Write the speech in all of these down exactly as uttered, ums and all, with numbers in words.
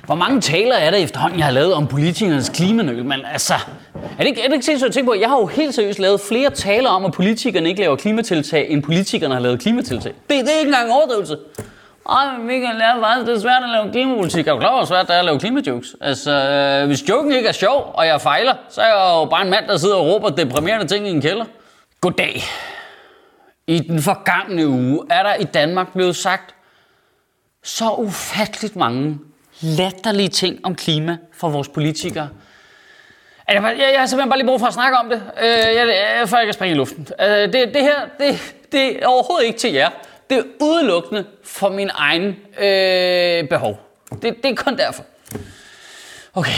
Hvor mange taler er der efterhånden, jeg har lavet om politikernes klimanøl? Men altså, er det ikke, er det ikke sindssygt at tænke på? Jeg har jo helt seriøst lavet flere taler om, at politikerne ikke laver klimatiltag, end politikerne har lavet klimatiltag. Det, det er ikke engang en overdrivelse. Ej, men Michael, det er faktisk det er svært at lave klimapolitik. Jeg er jo klar, hvor svært det er at lave klimajokes. Altså, hvis joken ikke er sjov, og jeg fejler, så er jeg jo bare en mand, der sidder og råber deprimerende ting i en kælder. Goddag. I den forgangne uge er der i Danmark blevet sagt så ufatteligt mange latterlige ting om klima fra vores politikere. Jeg, jeg, jeg har simpelthen bare lige brug for at snakke om det, øh, jeg, jeg, før jeg kan springe i luften. Øh, det, det her, det, det er overhovedet ikke til jer. Det er udelukkende for min egen øh, behov. Det, det er kun derfor. Okay.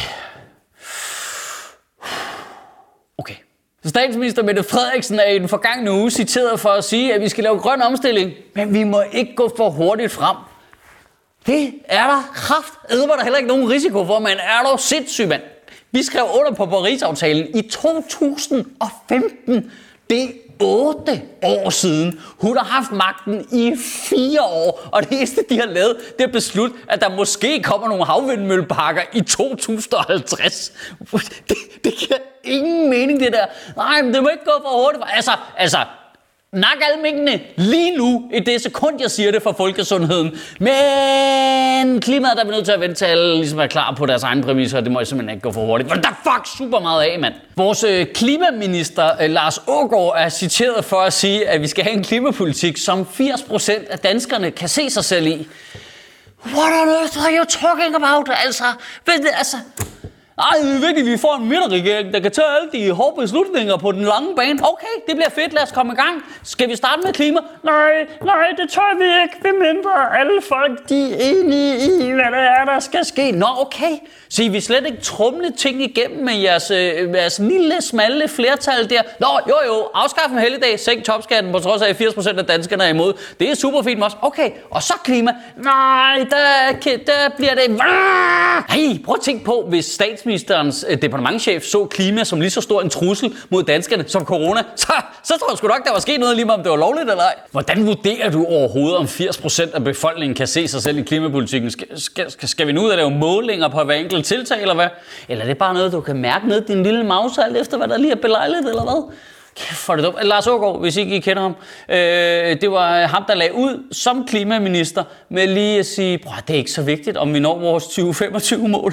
Okay. Statsminister Mette Frederiksen er i den forgangne uge citeret for at sige, at vi skal lave grøn omstilling, men vi må ikke gå for hurtigt frem. Det er der kraftedme der heller ikke nogen risiko for, man er dog sindssyg, mand. Vi skrev under på Paris-aftalen i to tusind og femten. Det er otte år siden. Hun har haft magten i fire år, og det eneste, de har lavet, det er beslut, at der måske kommer nogle havvindmølleparker i to tusind og halvtreds. Det, det giver ingen mening, det der. Nej, men det må ikke gå for hurtigt. Altså, altså, nak alle minkene lige nu, i det sekund, jeg siger det for folkesundheden. Men klimaet, der er vi nødt til at vente til alle ligesom er klar på deres egne præmisser, det må jeg simpelthen ikke gå for hurtigt. For der er fuck super meget af, mand. Vores øh, klimaminister, øh, Lars Aagaard, er citeret for at sige, at vi skal have en klimapolitik, som firs procent af danskerne kan se sig selv i. What on earth are you talking about? Altså, ved det, altså... Ej, det er vigtigt, at vi får en midterregering, der kan tage alle de hårde beslutninger på den lange bane. Okay, det bliver fedt, lad os komme i gang. Skal vi starte med klima? Nej, nej, det tør vi ikke. Vi mindre alle folk, de er enige i, hvad der er, der skal ske. Nå, okay. Så I vil slet ikke trumle ting igennem med jeres, øh, jeres lille, smalle flertal der. Nå, jo jo, afskaffe en helligdag, sænk topskatten, på trods af, at firs procent af danskerne er imod. Det er super fint også. Okay, og så klima. Nej, der, der bliver det... Hey, prøv at tænke på, hvis statsministerens øh, departementschef så klima som lige så stor en trussel mod danskerne som corona, så, så tror jeg sgu nok, der var sket noget lige om det var lovligt eller ej. Hvordan vurderer du overhovedet, om firs procent af befolkningen kan se sig selv i klimapolitikken? Skal, skal, skal vi nu ud og lave målinger på hver enkelt tiltag, eller hvad? Eller er det bare noget, du kan mærke ned din lille mause alt efter, hvad der lige er belejligt, eller hvad? Kæft for det dumt. Lars Aagaard, hvis ikke I kender ham, øh, det var ham, der lagde ud som klimaminister med lige at sige, bror, det er ikke så vigtigt, om vi når vores tyve femogtyve-mål.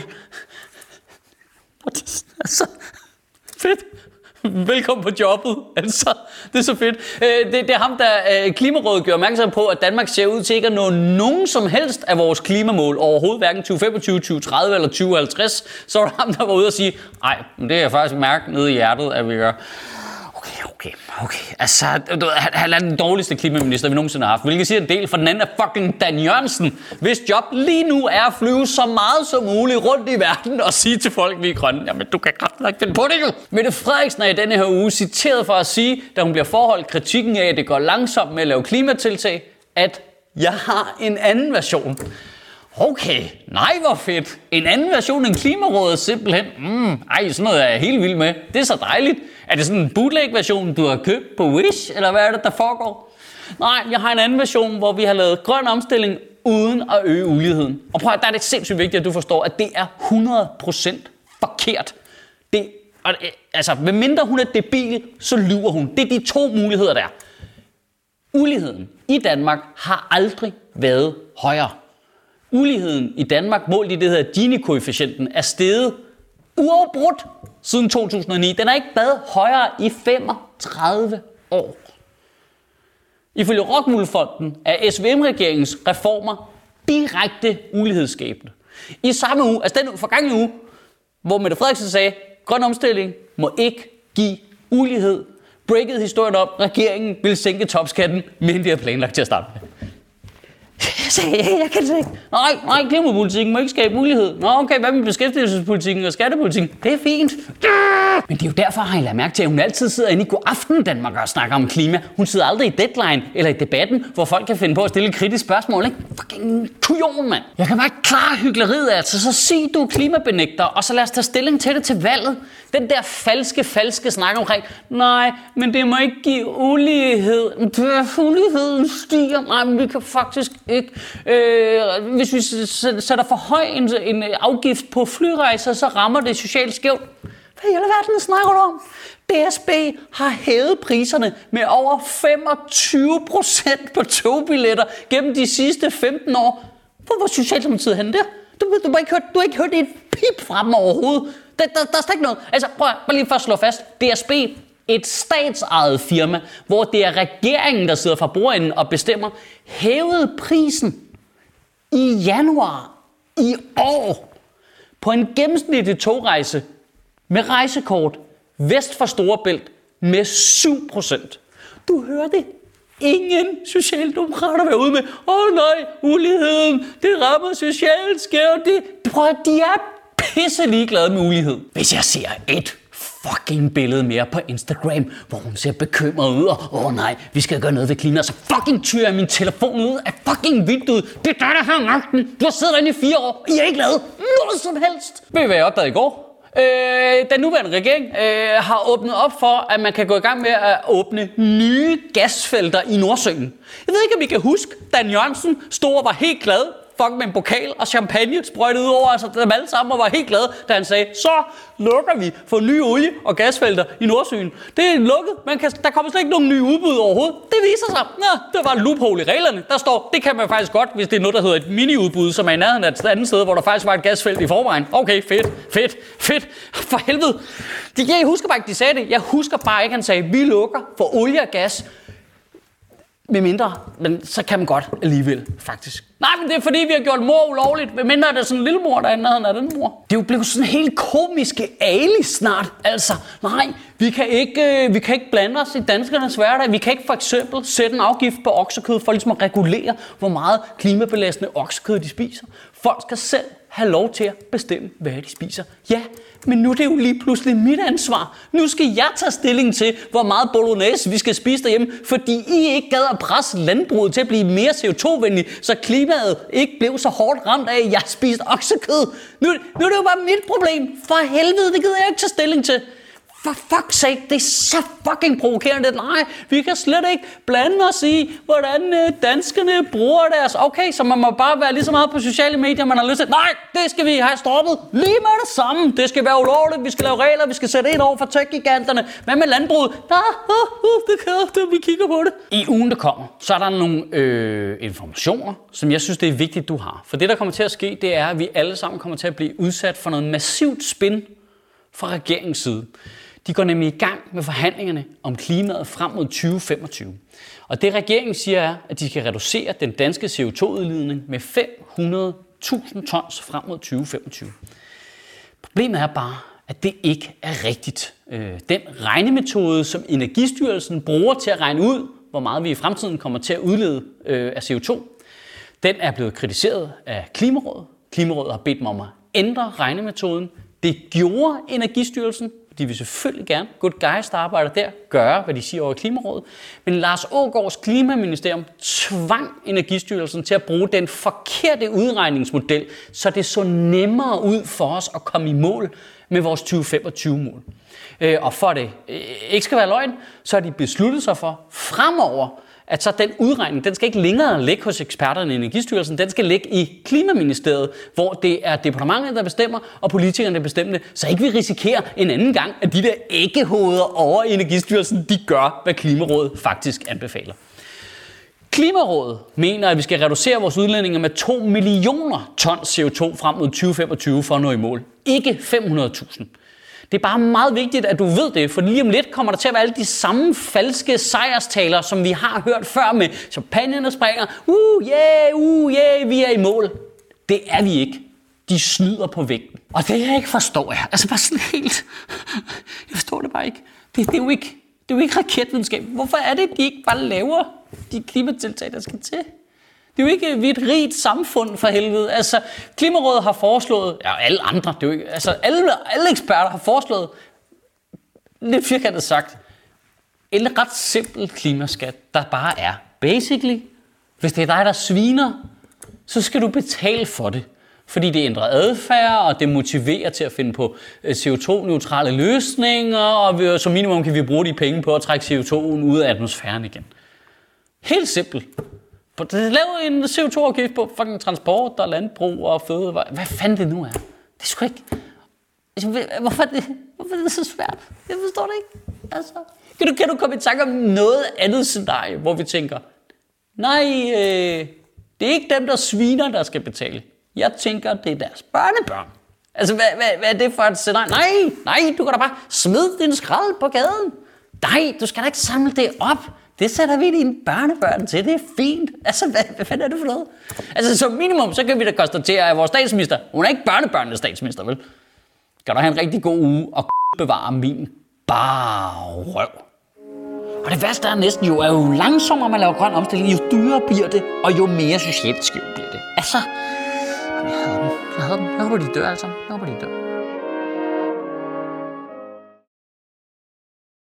Altså, fedt. Velkommen på jobbet, altså. Det er så fedt. Det, det er ham, der Klimarådet gør opmærksom på, at Danmark ser ud til ikke at nå nogen som helst af vores klimamål overhovedet, hverken tyve femogtyve, tyve tredive eller tyve halvtreds. Så var der ham, der var ude og sige, nej, det er jeg faktisk mærke nede i hjertet, at vi gør. Okay, okay, okay. Altså, han er den dårligste klimaminister, vi nogensinde har haft. Hvilket siger en del, for den anden er fucking Dan Jørgensen, hvis job lige nu er at flyve så meget som muligt rundt i verden og sige til folk, vi er grønne. Jamen, du kan kraftigt ikke finde på det jo. Mette Frederiksen er i denne her uge citeret for at sige, da hun bliver forholdt kritikken af, at det går langsomt med at lave klimatiltag, at jeg har en anden version. Okay, nej hvor fedt. En anden version end Klimarådet simpelthen. Mm, ej, sådan noget er jeg helt vild med. Det er så dejligt. Er det sådan en bootleg-version, du har købt på Wish, eller hvad er det, der foregår? Nej, jeg har en anden version, hvor vi har lavet grøn omstilling uden at øge uligheden. Og prøv at der er det sindssygt vigtigt, at du forstår, at det er hundrede procent forkert. Det, altså, med mindre hun er debil, så lyver hun. Det er de to muligheder, der er. Uligheden i Danmark har aldrig været højere. Uligheden i Danmark, målt i det hedder Gini-koefficienten, er steget uafbrudt siden to tusind og ni. Den har ikke været højere i femogtredive år. Ifølge Rockwool-fonden er S V M-regeringens reformer direkte ulighedsskabende. I samme uge, altså den forgangne uge, hvor Mette Frederiksen sagde, grøn omstilling må ikke give ulighed, breakede historien op, regeringen vil sænke topskatten, men de har planlagt til at starte med. Jeg sagde, ja, jeg kan det ikke. Nej, nej, klimapolitikken må ikke skabe mulighed. Nå, okay, hvad med beskæftigelsespolitikken og skattepolitikken? Det er fint. Men det er jo derfor, har jeg lagt mærke til, at hun altid sidder inde i God Aften Danmark og snakker om klima. Hun sidder aldrig i Deadline eller i Debatten, hvor folk kan finde på at stille et kritisk spørgsmål, ikke? Fucking kujon, mand. Jeg kan bare ikke klare hykleriet, altså. Så sig du klimabenægter, og så lad os tage stilling til det til valget. Den der falske, falske snak omkring, nej, men det må ikke give ulighed. Uligheden stiger. Nej, men vi kan faktisk ikke Øh, hvis vi sætter for høj en, en afgift på flyrejser, så rammer det socialt skævt. Hvad i alverden snakker du om? D S B har hævet priserne med over femogtyve procent på togbilletter gennem de sidste femten år. Hvor var Socialdemokratiet henne der? Du, du, har ikke hørt, du har ikke hørt et pip fra dem overhovedet. Der, der, der er slet ikke noget. Altså, prøv bare lige først slå fast. D S B, et statsejet firma, hvor det er regeringen, der sidder fra bordenden og bestemmer, hævede prisen i januar i år på en gennemsnitlig togrejse med rejsekort vest for Storebælt med syv procent. Du hører det. Ingen socialdemokrater være ude med, åh oh, nej, uligheden, det rammer socialt skævt. Det, prøv at de er pisse ligeglade med ulighed. Hvis jeg ser et fucking billede mere på Instagram, hvor hun ser bekymret ud, og åh oh, nej, vi skal gøre noget ved klima, så fucking tyrer jeg min telefon ud af fucking vinduet. Det er dig, der har magten. Du har siddet derinde i fire år, I har ikke lavet noget som helst. Ved I, hvad jeg opdagede i går? Øh, den nuværende regering øh, har åbnet op for, at man kan gå i gang med at åbne nye gasfelter i Nordsøen. Jeg ved ikke, om I kan huske, Dan Jørgensen stod og var helt glad, fuck med en pokal og champagne sprøjtet ud over, altså dem alle sammen, og var helt glad, da han sagde, så lukker vi for nye olie- og gasfelter i Nordsøen. Det er lukket, man kan, der kommer slet ikke nogen nye udbud overhovedet. Det viser sig, ja, det var en loophole i reglerne. Der står, det kan man faktisk godt, hvis det er noget, der hedder et mini-udbud, som er i nærheden af et andet sted, hvor der faktisk var et gasfelt i forvejen. Okay, fedt, fedt, fedt. For helvede. De, jeg husker bare ikke, de sagde det. Jeg husker bare ikke, han sagde, vi lukker for olie og gas. Med mindre, men så kan man godt alligevel, faktisk. Nej, men det er fordi, vi har gjort mor ulovligt. Med mindre er det sådan en lille mor, der er nærheden af den mor. Det er jo blevet sådan helt komiske ali snart. Altså, nej, vi kan, ikke, øh, vi kan ikke blande os i danskernes hverdag. Vi kan ikke for eksempel sætte en afgift på oksekød for ligesom at regulere, hvor meget klimabelastende oksekød de spiser. Folk skal selv have lov til at bestemme, hvad de spiser. Ja, men nu er det jo lige pludselig mit ansvar. Nu skal jeg tage stilling til, hvor meget bolognese vi skal spise derhjemme, fordi I ikke gad at presse landbruget til at blive mere C O to venlig, så klimaet ikke blev så hårdt ramt af, at jeg spiste oksekød. Nu, nu er det jo bare mit problem. For helvede, det gider jeg ikke tage stilling til. For fuck's sake, det er så fucking provokerende. Nej, vi kan slet ikke blande os i, hvordan danskerne bruger deres... Okay, så man må bare være lige så meget på sociale medier, man har lyst til. Nej, det skal vi have stoppet lige med det samme. Det skal være ulovligt, vi skal lave regler, vi skal sætte ind over for tech-giganterne. Hvad med landbruget? Ja, uh, uh, det kan det, vi kigger på det. I ugen, der kommer, så er der nogle øh, informationer, som jeg synes, det er vigtigt, du har. For det, der kommer til at ske, det er, at vi alle sammen kommer til at blive udsat for noget massivt spin fra regeringens side. De går nemlig i gang med forhandlingerne om klimaet frem mod tyve femogtyve. Og det regeringen siger er, at de skal reducere den danske C O to udledning med fem hundrede tusind tons frem mod tyve femogtyve. Problemet er bare, at det ikke er rigtigt. Den regnemetode, som Energistyrelsen bruger til at regne ud, hvor meget vi i fremtiden kommer til at udlede af C O to, den er blevet kritiseret af Klimarådet. Klimarådet har bedt dem om at ændre regnemetoden. Det gjorde Energistyrelsen. De vil selvfølgelig gerne, good guys, der arbejder der, gøre, hvad de siger over Klimarådet. Men Lars Aagaards klimaministerium tvang Energistyrelsen til at bruge den forkerte udregningsmodel, så det så nemmere ud for os at komme i mål med vores tyve femogtyve-mål. Og for det ikke skal være løgn, så har de besluttet sig for fremover, at så den udregning, den skal ikke længere ligge hos eksperterne i Energistyrelsen, den skal ligge i Klimaministeriet, hvor det er departementet, der bestemmer, og politikerne, der bestemmer det, så ikke vi risikerer en anden gang, at de der æggehoveder over Energistyrelsen, de gør, hvad Klimarådet faktisk anbefaler. Klimarådet mener, at vi skal reducere vores udledninger med to millioner tons C O to frem mod tyve femogtyve for at nå i mål. Ikke fem hundrede tusind. Det er bare meget vigtigt, at du ved det, for lige om lidt kommer der til at være alle de samme falske sejrstaler, som vi har hørt før med champagnerne springer. Uh, yeah, uh, yeah, vi er i mål. Det er vi ikke. De snyder på vægten. Og det jeg ikke forstår er, altså bare sådan helt, jeg forstår det bare ikke. Det, det, er jo ikke, det er jo ikke raketvidenskab. Hvorfor er det, de ikke bare laver de klimatiltag, der skal til? Det er jo ikke vi er et rigt samfund for helvede. Altså, Klimarådet har foreslået, ja, alle andre, det er jo ikke, altså alle, alle eksperter har foreslået, lidt firkantet sagt, en ret simpel klimaskat, der bare er, basically, hvis det er dig, der sviner, så skal du betale for det. Fordi det ændrer adfærd, og det motiverer til at finde på C O to-neutrale løsninger, og vi, som minimum kan vi bruge de penge på at trække C O to'en ud af atmosfæren igen. Helt simpelt. Lav en C O to afgift på fucking transport og landbrug og fødevare. Hvad fanden det nu er. Det er sgu ikke... Hvorfor er det, hvorfor er det så svært? Jeg forstår det ikke. Altså, kan, du, kan du komme i tanke om noget andet scenarie, hvor vi tænker, nej, øh, det er ikke dem, der sviner, der skal betale. Jeg tænker, det er deres børnebørn. Altså, hvad, hvad, hvad er det for et scenarie? Nej, nej, du kan da bare smide din skrald på gaden. Nej, du skal da ikke samle det op. Det sætter vi dine børnebørn til. Det er fint. Altså, hvad, hvad fanden er det for noget? Altså, som minimum, så kan vi da konstatere, at vores statsminister, hun er ikke børnebørnenes statsminister, vel? Kan du have en rigtig god uge og bevare min bare røv. Og det værste er næsten jo, at jo langsommere man laver grøn omstilling, jo dyrere bliver det, og jo mere socialt skævt bliver det. Altså, jeg havde dem. Jeg havde dem. Jeg håber, de dør alle sammen. Jeg håber, de dør.